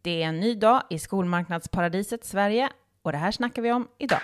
Det är en ny dag i skolmarknadsparadiset Sverige och det här snackar vi om idag.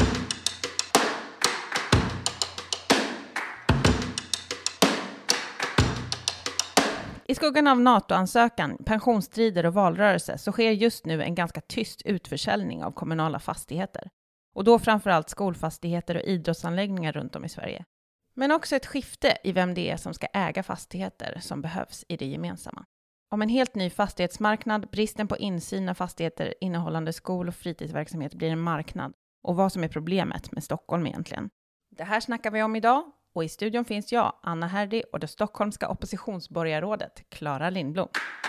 I skuggan av NATO-ansökan, pensionsstrider och valrörelse så sker just nu en ganska tyst utförsäljning av kommunala fastigheter. Och då framförallt skolfastigheter och idrottsanläggningar runt om i Sverige. Men också ett skifte i vem det är som ska äga fastigheter som behövs i det gemensamma. Om en helt ny fastighetsmarknad, bristen på insyn av fastigheter innehållande skol- och fritidsverksamhet blir en marknad och vad som är problemet med Stockholm egentligen. Det här snackar vi om idag och i studion finns jag, Anna Herdy och det stockholmska oppositionsborgarrådet Clara Lindblom.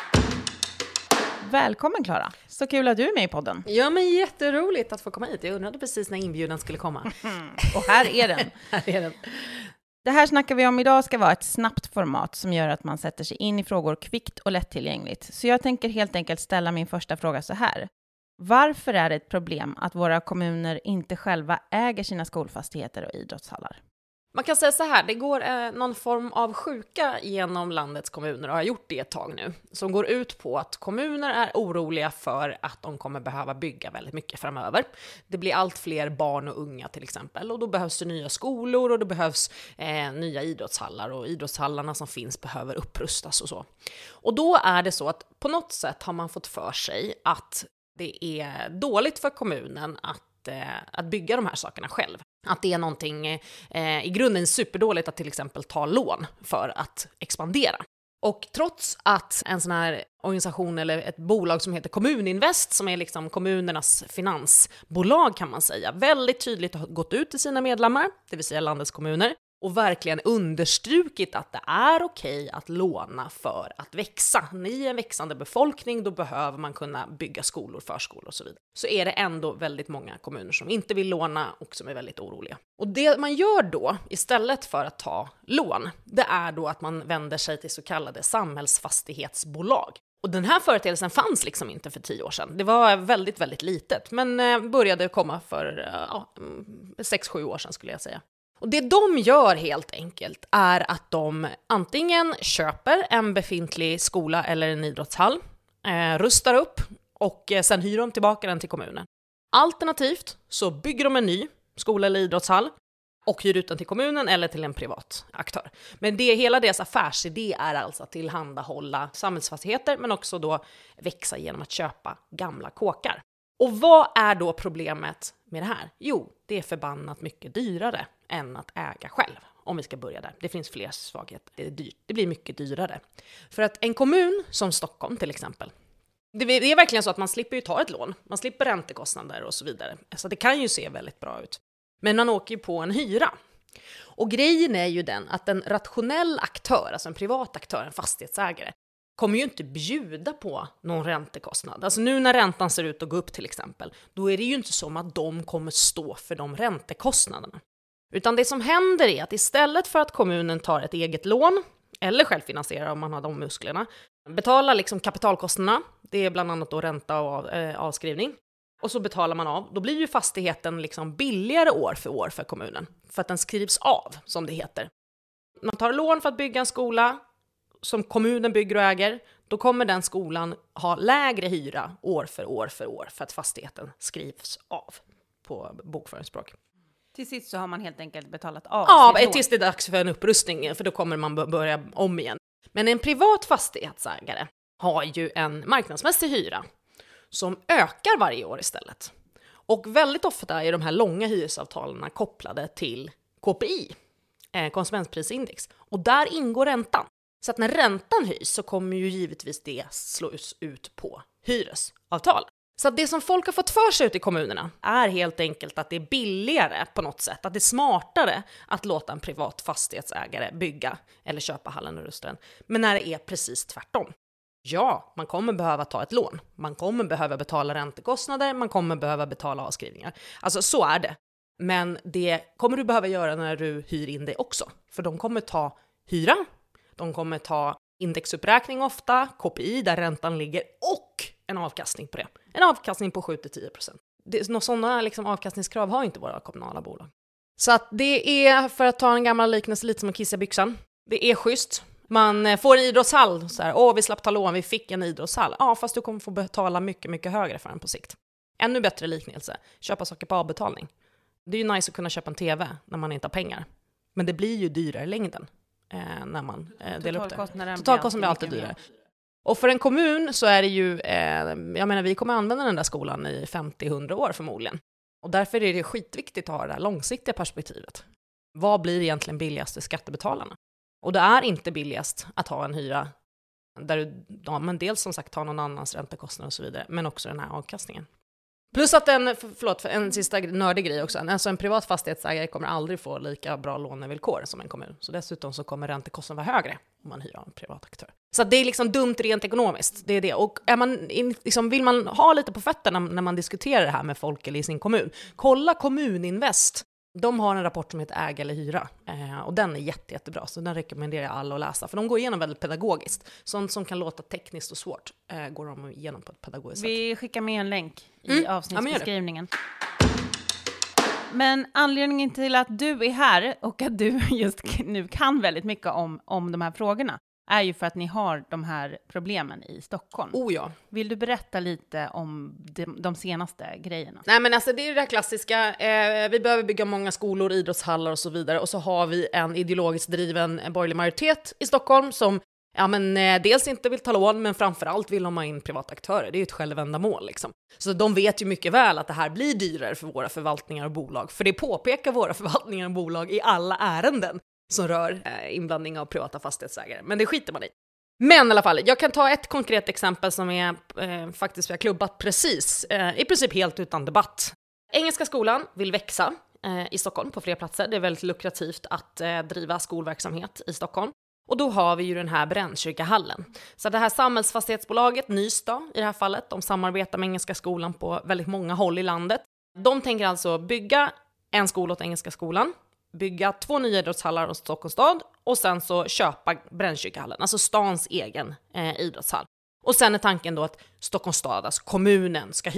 Välkommen Clara, så kul att du är med i podden. Ja men jätteroligt att få komma hit, jag undrade precis när inbjudan skulle komma. Och här är den. Här är den. Det här snackar vi om idag ska vara ett snabbt format som gör att man sätter sig in i frågor kvickt och lättillgängligt. Så jag tänker helt enkelt ställa min första fråga så här. Varför är det ett problem att våra kommuner inte själva äger sina skolfastigheter och idrottshallar? Man kan säga så här, det går någon form av sjuka genom landets kommuner och har gjort det ett tag nu. Som går ut på att kommuner är oroliga för att de kommer behöva bygga väldigt mycket framöver. Det blir allt fler barn och unga till exempel och då behövs det nya skolor och det behövs nya idrottshallar och idrottshallarna som finns behöver upprustas och så. Och då är det så att på något sätt har man fått för sig att det är dåligt för kommunen att bygga de här sakerna själv. Att det är någonting i grunden superdåligt att till exempel ta lån för att expandera. Och trots att en sån här organisation eller ett bolag som heter Kommuninvest, som är liksom kommunernas finansbolag kan man säga, väldigt tydligt har gått ut till sina medlemmar, det vill säga landets kommuner, och verkligen understrukit att det är okej att låna för att växa. I en växande befolkning då behöver man kunna bygga skolor, förskolor och så vidare. Så är det ändå väldigt många kommuner som inte vill låna och som är väldigt oroliga. Och det man gör då istället för att ta lån, det är då att man vänder sig till så kallade samhällsfastighetsbolag. Och den här företeelsen fanns liksom inte för 10 år sedan. Det var väldigt, väldigt litet, men började komma för 6-7 år sedan skulle jag säga. Och det de gör helt enkelt är att de antingen köper en befintlig skola eller en idrottshall, rustar upp och sen hyr de tillbaka den till kommunen. Alternativt så bygger de en ny skola eller idrottshall och hyr ut den till kommunen eller till en privat aktör. Men hela deras affärsidé är alltså att tillhandahålla samhällsfastigheter men också då växa genom att köpa gamla kåkar. Och vad är då problemet med det här? Jo, det är förbannat mycket dyrare än att äga själv, om vi ska börja där. Det finns fler svagheter. Det är dyrt. Det blir mycket dyrare. För att en kommun som Stockholm till exempel, det är verkligen så att man slipper ju ta ett lån. Man slipper räntekostnader och så vidare. Så det kan ju se väldigt bra ut. Men man åker ju på en hyra. Och grejen är ju den att en rationell aktör, alltså en privat aktör, en fastighetsägare, kommer ju inte bjuda på någon räntekostnad. Alltså nu när räntan ser ut att gå upp till exempel, då är det ju inte som att de kommer stå för de räntekostnaderna. Utan det som händer är att istället för att kommunen tar ett eget lån, eller självfinansierar om man har de musklerna, betalar liksom kapitalkostnaderna, det är bland annat då ränta och avskrivning, och så betalar man av, då blir ju fastigheten liksom billigare år för kommunen, för att den skrivs av, som det heter. Man tar lån för att bygga en skola, som kommunen bygger och äger, då kommer den skolan ha lägre hyra år för att fastigheten skrivs av på bokföringsspråk. Till sist så har man helt enkelt betalat av. Ja, tills det är dags för en upprustning, för då kommer man börja om igen. Men en privat fastighetsägare har ju en marknadsmässig hyra som ökar varje år istället. Och väldigt ofta är de här långa hyresavtalen kopplade till KPI, konsumentprisindex. Och där ingår räntan. Så att när räntan höjs så kommer ju givetvis det slås ut på hyresavtal. Så att det som folk har fått för sig ut i kommunerna är helt enkelt att det är billigare på något sätt. Att det är smartare att låta en privat fastighetsägare bygga eller köpa hallen och rusta den. Men när det är precis tvärtom. Ja, man kommer behöva ta ett lån. Man kommer behöva betala räntekostnader. Man kommer behöva betala avskrivningar. Alltså så är det. Men det kommer du behöva göra när du hyr in dig också. För de kommer ta hyra. De kommer ta indexuppräkning ofta, KPI där räntan ligger och en avkastning på det. En avkastning på 7-10%. Några sådana liksom avkastningskrav har inte våra kommunala bolag. Så att det är, för att ta en gammal liknelse, lite som att kissa byxan. Det är schysst. Man får en idrottshall, så här, vi slapp ta lån, vi fick en idrottshall. Ja, fast du kommer få betala mycket, mycket högre för den på sikt. Ännu bättre liknelse, köpa saker på avbetalning. Det är ju nice att kunna köpa en tv när man inte har pengar. Men det blir ju dyrare i längden när man delar upp det. Totalkostnaden blir alltid dyrare. Och för en kommun så är det ju, jag menar vi kommer använda den där skolan i 50-100 år förmodligen. Och därför är det skitviktigt att ha det här långsiktiga perspektivet. Vad blir egentligen billigast för skattebetalarna? Och det är inte billigast att ha en hyra där du men dels som sagt tar någon annans räntekostnad och så vidare, men också den här avkastningen. Plus att en sista nördig grej också, alltså en privat fastighetsägare kommer aldrig få lika bra lånevillkor som en kommun. Så dessutom så kommer räntekostnaden vara högre om man hyr av en privat aktör. Så det är liksom dumt rent ekonomiskt, det är det. Och vill man ha lite på fötterna när man diskuterar det här med folk eller i sin kommun, kolla Kommuninvest. De har en rapport som heter Äga eller hyra och den är jättebra, så den rekommenderar jag alla att läsa, för de går igenom väldigt pedagogiskt. Sånt som kan låta tekniskt och svårt går de igenom på ett pedagogiskt sätt. Vi skickar med en länk i avsnittsbeskrivningen. Men anledningen till att du är här och att du just nu kan väldigt mycket om de här frågorna är ju för att ni har de här problemen i Stockholm. Oh ja. Vill du berätta lite om de senaste grejerna? Nej men alltså det är det där klassiska, vi behöver bygga många skolor, idrottshallar och så vidare, och så har vi en ideologiskt driven borgerlig majoritet i Stockholm som dels inte vill ta lån, men framförallt vill de ha in privata aktörer. Det är ju ett självändamål liksom. Så de vet ju mycket väl att det här blir dyrare för våra förvaltningar och bolag, för det påpekar våra förvaltningar och bolag i alla ärenden som rör inblandning av privata fastighetsägare. Men det skiter man i. Men i alla fall, jag kan ta ett konkret exempel som är faktiskt vi har klubbat precis, i princip helt utan debatt. Engelska skolan vill växa i Stockholm på fler platser. Det är väldigt lukrativt att driva skolverksamhet i Stockholm. Och då har vi ju den här Brännkyrkahallen. Så det här samhällsfastighetsbolaget, Nystad i det här fallet, de samarbetar med Engelska skolan på väldigt många håll i landet. De tänker alltså bygga en skola åt Engelska skolan, bygga 2 nya idrottshallar hos Stockholms stad och sen så köpa Brännkyrkahallen, alltså stans egen idrottshall. Och sen är tanken då att Stockholms stad, alltså kommunen, ska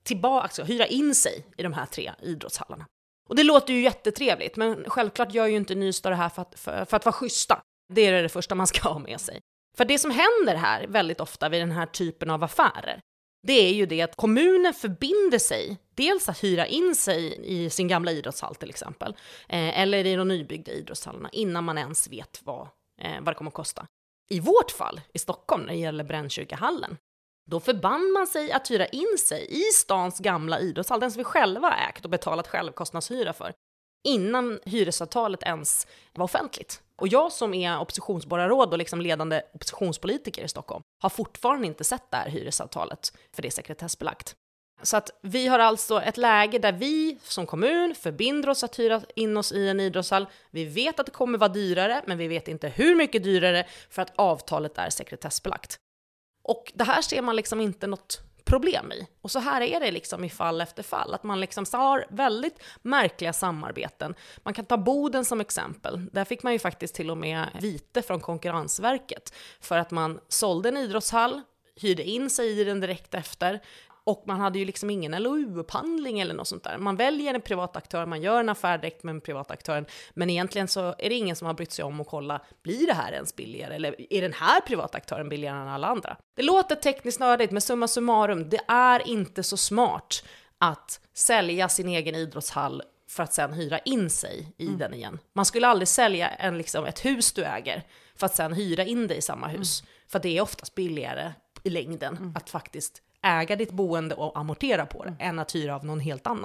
hyra in sig i de här 3 idrottshallarna. Och det låter ju jättetrevligt, men självklart gör ju inte Nystad det här för att vara schyssta. Det är det första man ska ha med sig. För det som händer här väldigt ofta vid den här typen av affärer, det är ju det att kommunen förbinder sig dels att hyra in sig i sin gamla idrottshall till exempel, eller i de nybyggda idrottshallarna innan man ens vet vad det kommer att kosta. I vårt fall i Stockholm när det gäller Brännkyrkahallen, då förband man sig att hyra in sig i stans gamla idrottshall, den som vi själva ägt och betalat självkostnadshyra för, innan hyresavtalet ens var offentligt. Och jag som är oppositionsborgarråd och liksom ledande oppositionspolitiker i Stockholm har fortfarande inte sett det här hyresavtalet, för det är sekretessbelagt. Så att vi har alltså ett läge där vi som kommun förbinder oss att hyra in oss i en idrottshall. Vi vet att det kommer vara dyrare, men vi vet inte hur mycket dyrare för att avtalet är sekretessbelagt. Och det här ser man liksom inte något problem i. Och så här är det liksom i fall efter fall, att man liksom har väldigt märkliga samarbeten. Man kan ta Boden som exempel. Där fick man ju faktiskt till och med vite från Konkurrensverket för att man sålde en idrottshall, hyrde in sig i den direkt efter, och man hade ju liksom ingen LOU-upphandling eller något sånt där. Man väljer en privat aktör, man gör en affär direkt med en privat aktör, men egentligen så är det ingen som har brytt sig om att kolla, blir det här ens billigare? Eller är den här privata aktören billigare än alla andra? Det låter tekniskt nördigt, men summa summarum, det är inte så smart att sälja sin egen idrottshall för att sen hyra in sig i den igen. Man skulle aldrig sälja ett hus du äger för att sen hyra in dig i samma hus. För det är oftast billigare i längden att faktiskt äga ditt boende och amortera på det än att hyra av någon helt annan.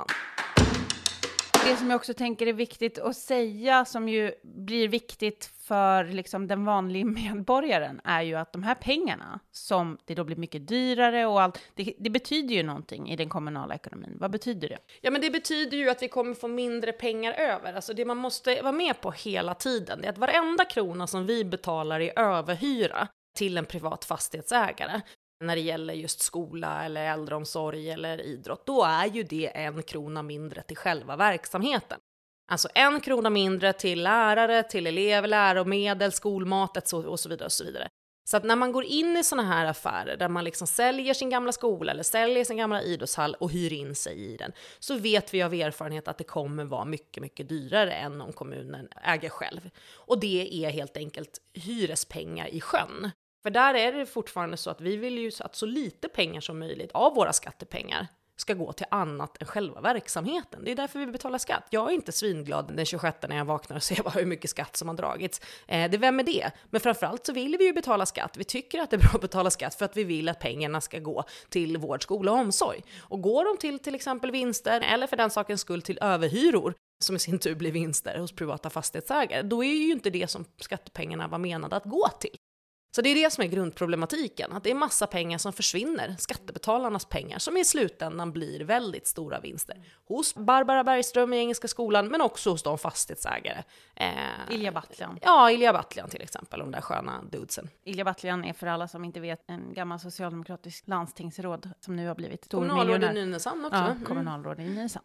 Det som jag också tänker är viktigt att säga, som ju blir viktigt för liksom den vanliga medborgaren, är ju att de här pengarna som det då blir mycket dyrare och allt, det betyder ju någonting i den kommunala ekonomin. Vad betyder det? Ja, men det betyder ju att vi kommer få mindre pengar över. Alltså det man måste vara med på hela tiden är att varenda krona som vi betalar i överhyra till en privat fastighetsägare när det gäller just skola eller äldreomsorg eller idrott, då är ju det 1 krona mindre till själva verksamheten. Alltså 1 krona mindre till lärare, till elever, läromedel, skolmatet och så vidare och så vidare. Så att när man går in i såna här affärer där man liksom säljer sin gamla skola eller säljer sin gamla idrottshall och hyr in sig i den, så vet vi av erfarenhet att det kommer vara mycket, mycket dyrare än om kommunen äger själv. Och det är helt enkelt hyrespengar i sjön. För där är det fortfarande så att vi vill ju att så lite pengar som möjligt av våra skattepengar ska gå till annat än själva verksamheten. Det är därför vi betalar skatt. Jag är inte svinglad den 26 när jag vaknar och ser bara hur mycket skatt som har dragits. Vem är det? Men framförallt så vill vi ju betala skatt. Vi tycker att det är bra att betala skatt för att vi vill att pengarna ska gå till vård, skola och omsorg. Och går de till exempel vinster eller för den sakens skull till överhyror, som i sin tur blir vinster hos privata fastighetsägare, då är ju inte det som skattepengarna var menade att gå till. Så det är det som är grundproblematiken, att det är massa pengar som försvinner, skattebetalarnas pengar, som i slutändan blir väldigt stora vinster. Hos Barbara Bergström i Engelska skolan, men också hos de fastighetsägare. Ilja Batljan. Ja, Ilja Batljan till exempel, de där sköna dudesen. Ilja Batljan är för alla som inte vet en gammal socialdemokratisk landstingsråd som nu har blivit stor miljonär. Kommunalråd i Nynäshamn också. Ja, kommunalråd i Nynäshamn.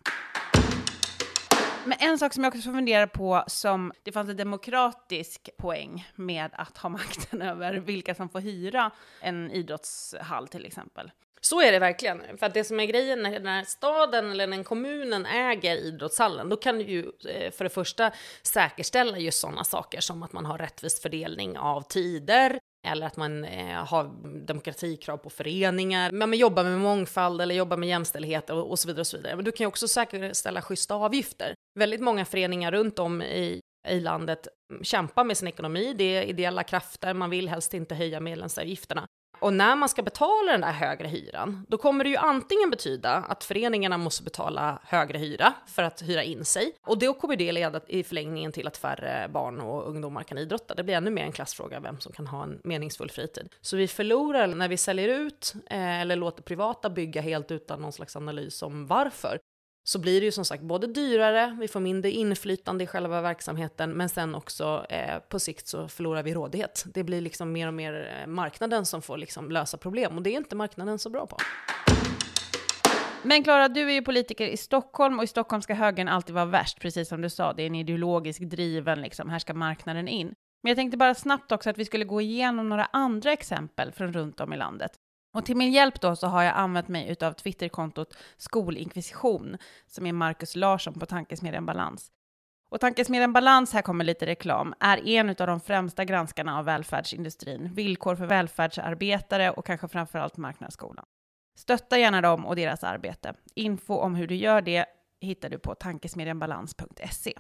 Men en sak som jag också funderar på, som det fanns en demokratisk poäng med att ha makten över vilka som får hyra en idrottshall till exempel. Så är det verkligen. För att det som är grejen när staden eller när kommunen äger idrottshallen, då kan du ju för det första säkerställa just sådana saker som att man har rättvis fördelning av tider, eller att man har demokratikrav på föreningar, men man jobbar med mångfald eller jobbar med jämställdhet och så vidare och så vidare. Men du kan ju också säkerställa schyssta avgifter. Väldigt många föreningar runt om i landet kämpar med sin ekonomi, det är ideella krafter, man vill helst inte höja medlemsavgifterna. Och när man ska betala den där högre hyran, då kommer det ju antingen betyda att föreningarna måste betala högre hyra för att hyra in sig. Och då kommer det leda i förlängningen till att färre barn och ungdomar kan idrotta. Det blir ännu mer en klassfråga vem som kan ha en meningsfull fritid. Så vi förlorar när vi säljer ut eller låter privata bygga helt utan någon slags analys om varför. Så blir det ju som sagt både dyrare, vi får mindre inflytande i själva verksamheten, men sen också på sikt så förlorar vi rådighet. Det blir liksom mer och mer marknaden som får liksom lösa problem, och det är inte marknaden så bra på. Men Klara, du är ju politiker i Stockholm, och i Stockholm ska högern alltid vara värst, precis som du sa. Det är en ideologisk driven, liksom, här ska marknaden in. Men jag tänkte bara snabbt också att vi skulle gå igenom några andra exempel från runt om i landet. Och till min hjälp då så har jag använt mig utav Twitterkontot Skolinkvisition, som är Marcus Larsson på Tankesmedjan Balans. Och Tankesmedjan Balans, här kommer lite reklam, är en av de främsta granskarna av välfärdsindustrin, villkor för välfärdsarbetare och kanske framförallt marknadsskolan. Stötta gärna dem och deras arbete. Info om hur du gör det hittar du på tankesmedjanbalans.se.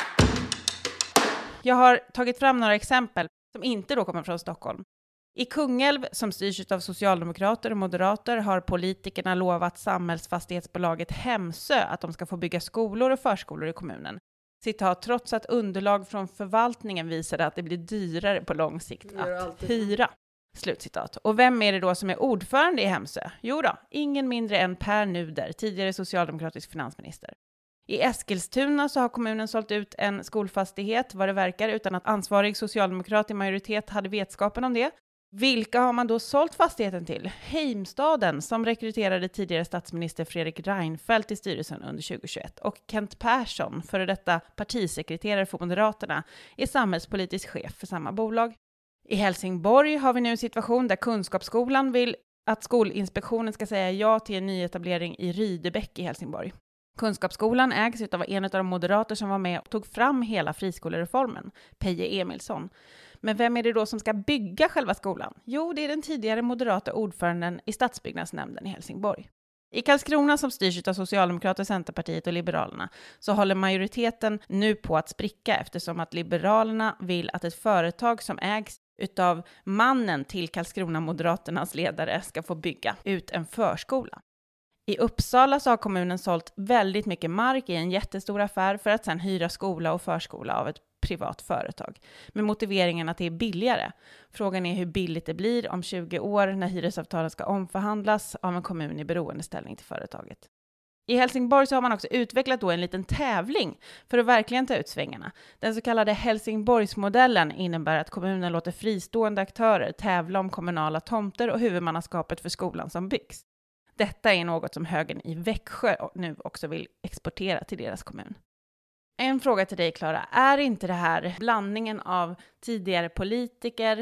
Jag har tagit fram några exempel som inte då kommer från Stockholm. I Kungälv, som styrs av socialdemokrater och moderater, har politikerna lovat samhällsfastighetsbolaget Hemsö att de ska få bygga skolor och förskolor i kommunen. Citat, trots att underlag från förvaltningen visade att det blir dyrare på lång sikt att hyra. Slutcitat. Och vem är det då som är ordförande i Hemsö? Jo då, ingen mindre än Per Nuder, tidigare socialdemokratisk finansminister. I Eskilstuna så har kommunen sålt ut en skolfastighet, vad det verkar, utan att ansvarig socialdemokrat i majoritet hade vetskapen om det. Vilka har man då sålt fastigheten till? Heimstaden, som rekryterade tidigare statsminister Fredrik Reinfeldt i styrelsen under 2021. Och Kent Persson, före detta partisekreterare för Moderaterna, är samhällspolitisk chef för samma bolag. I Helsingborg har vi nu en situation där Kunskapsskolan vill att Skolinspektionen ska säga ja till en nyetablering i Rydebäck i Helsingborg. Kunskapsskolan ägs av en av de moderater som var med och tog fram hela friskolereformen, Peje Emilsson. Men vem är det då som ska bygga själva skolan? Jo, det är den tidigare moderata ordföranden i stadsbyggnadsnämnden i Helsingborg. I Karlskrona, som styrs av Socialdemokrater, Centerpartiet och Liberalerna, så håller majoriteten nu på att spricka eftersom att Liberalerna vill att ett företag som ägs utav mannen till Karlskrona Moderaternas ledare ska få bygga ut en förskola. I Uppsala så har kommunen sålt väldigt mycket mark i en jättestor affär för att sedan hyra skola och förskola av ett privat företag, med motiveringen att det är billigare. Frågan är hur billigt det blir om 20 år när hyresavtalen ska omförhandlas av en kommun i beroendeställning till företaget. I Helsingborg så har man också utvecklat då en liten tävling för att verkligen ta ut svängarna. Den så kallade Helsingborgsmodellen innebär att kommunen låter fristående aktörer tävla om kommunala tomter och huvudmannaskapet för skolan som byggs. Detta är något som högern i Växjö nu också vill exportera till deras kommun. En fråga till dig, Klara. Är inte det här blandningen av tidigare politiker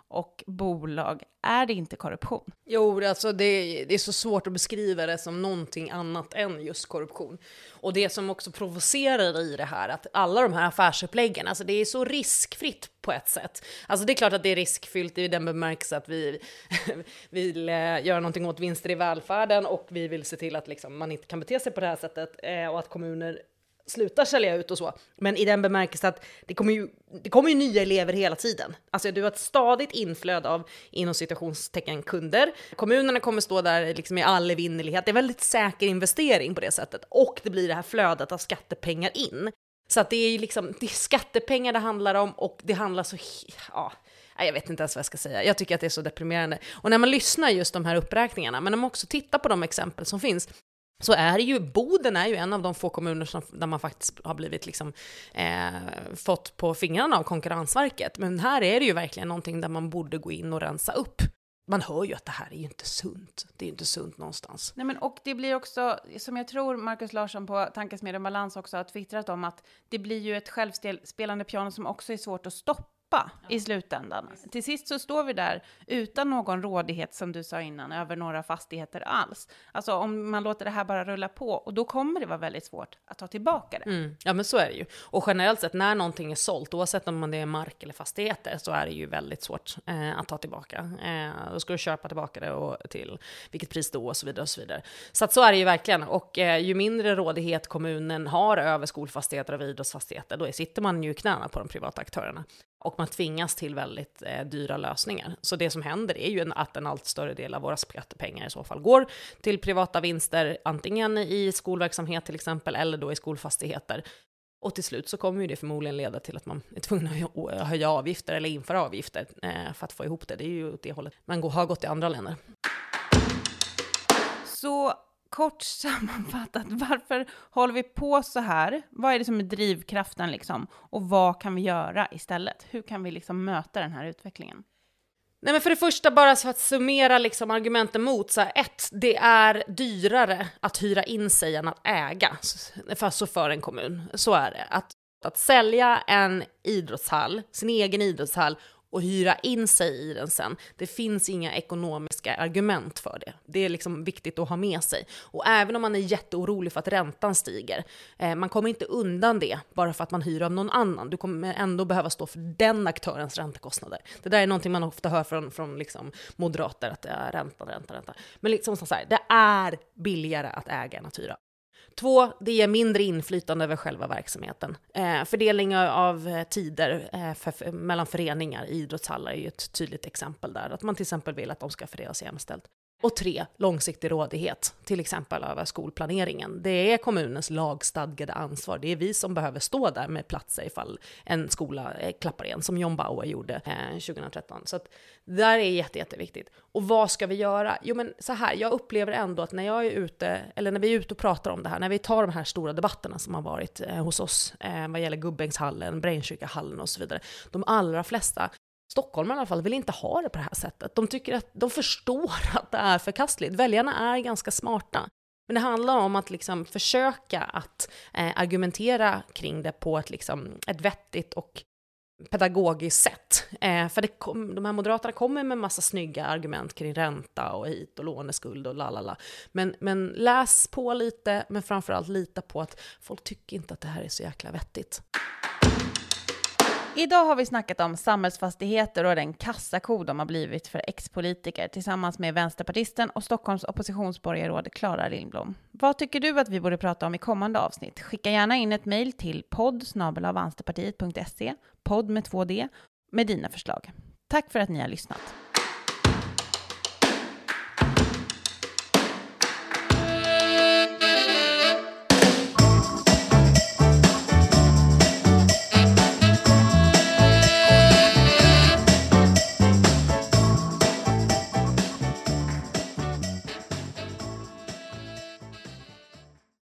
och bolag, är det inte korruption? Jo, alltså det är så svårt att beskriva det som någonting annat än just korruption. Och det som också provocerar i det här, att alla de här affärsuppläggen, alltså det är så riskfritt på ett sätt. Alltså det är klart att det är riskfyllt i den bemärkelsen att vi vill göra någonting åt vinster i välfärden, och vi vill se till att liksom man inte kan bete sig på det här sättet, och att kommuner slutar sälja ut och så. Men i den bemärkelsen att det kommer ju nya elever hela tiden. Alltså du har ett stadigt inflöde av, inom citationstecken, kunder. Kommunerna kommer stå där liksom i all evinnerlighet. Det är en väldigt säker investering på det sättet. Och det blir det här flödet av skattepengar in. Så att det är liksom, det är skattepengar det handlar om, och det handlar så, ja, jag vet inte ens vad jag ska säga. Jag tycker att det är så deprimerande. Och när man lyssnar just de här uppräkningarna, men när man också tittar på de exempel som finns, så är det ju, Boden är ju en av de få kommuner där man faktiskt har blivit liksom, fått på fingrarna av Konkurrensverket. Men här är det ju verkligen någonting där man borde gå in och rensa upp. Man hör ju att det här är ju inte sunt. Det är ju inte sunt någonstans. Nej, men och det blir också, som jag tror Marcus Larsson på Tankesmedjan Balans också har twittrat om, att det blir ju ett självspelande piano som också är svårt att stoppa i slutändan. Till sist så står vi där utan någon rådighet, som du sa innan, över några fastigheter alls. Alltså om man låter det här bara rulla på, och då kommer det vara väldigt svårt att ta tillbaka det. Ja, men så är det ju. Och generellt sett, när någonting är sålt, oavsett om det är mark eller fastigheter, så är det ju väldigt svårt att ta tillbaka. Då ska du köpa tillbaka det, och till vilket pris då, och så vidare och så vidare. Så att så är det ju verkligen. Och ju mindre rådighet kommunen har över skolfastigheter och idrottsfastigheter, då sitter man ju i knäna på de privata aktörerna. Och man tvingas till väldigt dyra lösningar. Så det som händer är ju att en allt större del av våra skattepengar i så fall går till privata vinster, antingen i skolverksamhet till exempel, eller då i skolfastigheter. Och till slut så kommer ju det förmodligen leda till att man är tvungen att höja avgifter eller införa avgifter för att få ihop det. Det är ju åt det hållet man har gått i andra länder. Så kort sammanfattat, varför håller vi på så här? Vad är det som är drivkraften liksom? Och vad kan vi göra istället? Hur kan vi liksom möta den här utvecklingen? Nej, men för det första, bara så att summera liksom argumenten mot, så här, det är dyrare att hyra in sig än att äga, för en kommun. Så är det. Att sälja en idrottshall, sin egen idrottshall, och hyra in sig i den sen. Det finns inga ekonomiska argument för det. Det är liksom viktigt att ha med sig. Och även om man är jätteorolig för att räntan stiger, man kommer inte undan det bara för att man hyr av någon annan. Du kommer ändå behöva stå för den aktörens räntekostnader. Det där är någonting man ofta hör från liksom moderater, att det är ränta. Men liksom så här, det är billigare att äga än att hyra. 2, det ger mindre inflytande över själva verksamheten. Fördelning av tider mellan föreningar i idrottshallar är ju ett tydligt exempel där. Att man till exempel vill att de ska fördelas jämställt. Och 3, långsiktig rådighet, till exempel över skolplaneringen. Det är kommunens lagstadgade ansvar. Det är vi som behöver stå där med platser ifall en skola klappar igen, som John Bauer gjorde 2013. Så att det där är jätteviktigt. Och vad ska vi göra? Jo, men så här, jag upplever ändå att när jag är ute, eller när vi är ute och pratar om det här, när vi tar de här stora debatterna som har varit hos oss vad gäller Gubbängshallen, Brainsjukahallen och så vidare, de allra flesta Stockholm i alla fall vill inte ha det på det här sättet. De tycker att de förstår att det är förkastligt. Väljarna är ganska smarta. Men det handlar om att liksom försöka att argumentera kring det på ett vettigt och pedagogiskt sätt. För de här moderaterna kommer med massa snygga argument kring ränta och hit och låneskuld och lalala. Men läs på lite, men framförallt lita på att folk tycker inte att det här är så jäkla vettigt. Idag har vi snackat om samhällsfastigheter och den kassako de har blivit för ex-politiker tillsammans med vänsterpartisten och Stockholms oppositionsborgarråd Clara Lindblom. Vad tycker du att vi borde prata om i kommande avsnitt? Skicka gärna in ett mejl till podd@vänsterpartiet.se, podd med 2D, med dina förslag. Tack för att ni har lyssnat.